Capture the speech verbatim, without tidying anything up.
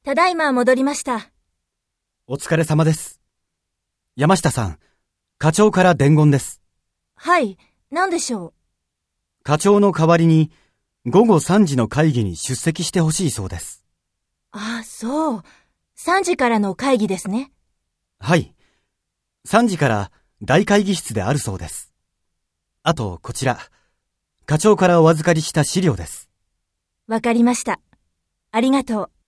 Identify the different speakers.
Speaker 1: ただいま戻りました。
Speaker 2: お疲れ様です。山下さん、課長から伝言です。
Speaker 1: はい、何でしょう。
Speaker 2: 課長の代わりに午後さんじの会議に出席してほしいそうです。
Speaker 1: ああ、そう。さんじからの会議ですね。
Speaker 2: はい。さんじから大会議室であるそうです。あと、こちら、課長からお預かりした資料です。
Speaker 1: わかりました。ありがとう。